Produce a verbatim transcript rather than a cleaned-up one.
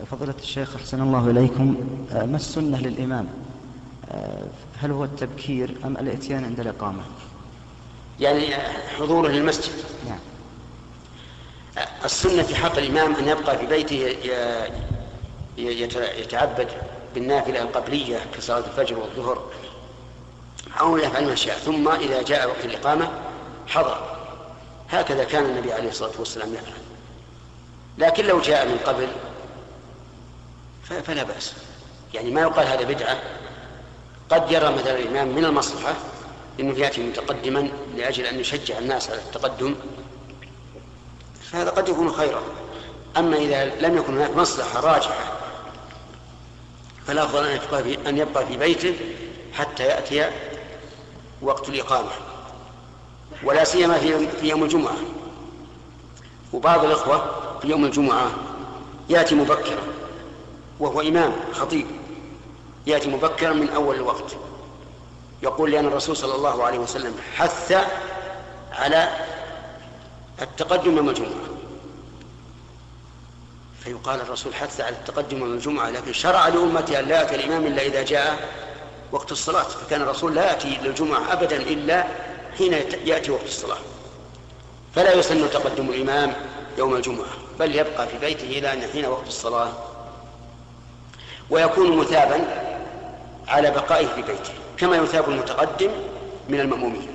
فضيلة الشيخ أحسن الله إليكم، ما السنة للإمام؟ هل هو التبكير أم الإتيان عند الإقامة؟ يعني حضوره للمسجد. نعم. السنة في حق الإمام أن يبقى في بيته يتعبد بالنافلة القبلية كصلاة الفجر والظهر أو يفعل ما شاء، ثم إذا جاء وقت الإقامة حضر. هكذا كان النبي عليه الصلاة والسلام يفعل. لكن لو جاء من قبل فلا بأس، يعني ما يقال هذا بدعة. قد يرى مثلا الإمام من المصلحة أنه يأتي متقدما لأجل أن يشجع الناس على التقدم، فهذا قد يكون خيرا. أما إذا لم يكن هناك مصلحة راجحة فالأفضل أن يبقى في بيته حتى يأتي وقت الإقامة، ولا سيما في يوم الجمعة. وبعض الإخوة في يوم الجمعة يأتي مبكرا وهو إمام خطيب، يأتي مبكرا من أول الوقت، يقول لأن الرسول صلى الله عليه وسلم حث على التقدم يوم الجمعة، فيقال الرسول حث على التقدم يوم الجمعة، لكن شرع لأمته أن لا يأتي الإمام إلا إذا جاء وقت الصلاة، فكان الرسول لا يأتي للجمعة أبدا إلا حين يأتي وقت الصلاة. فلا يسن تقدم الإمام يوم الجمعة، بل يبقى في بيته إلى أن حين وقت الصلاة، ويكون مثابا على بقائه في بيته كما يثاب المتقدم من المأمومين.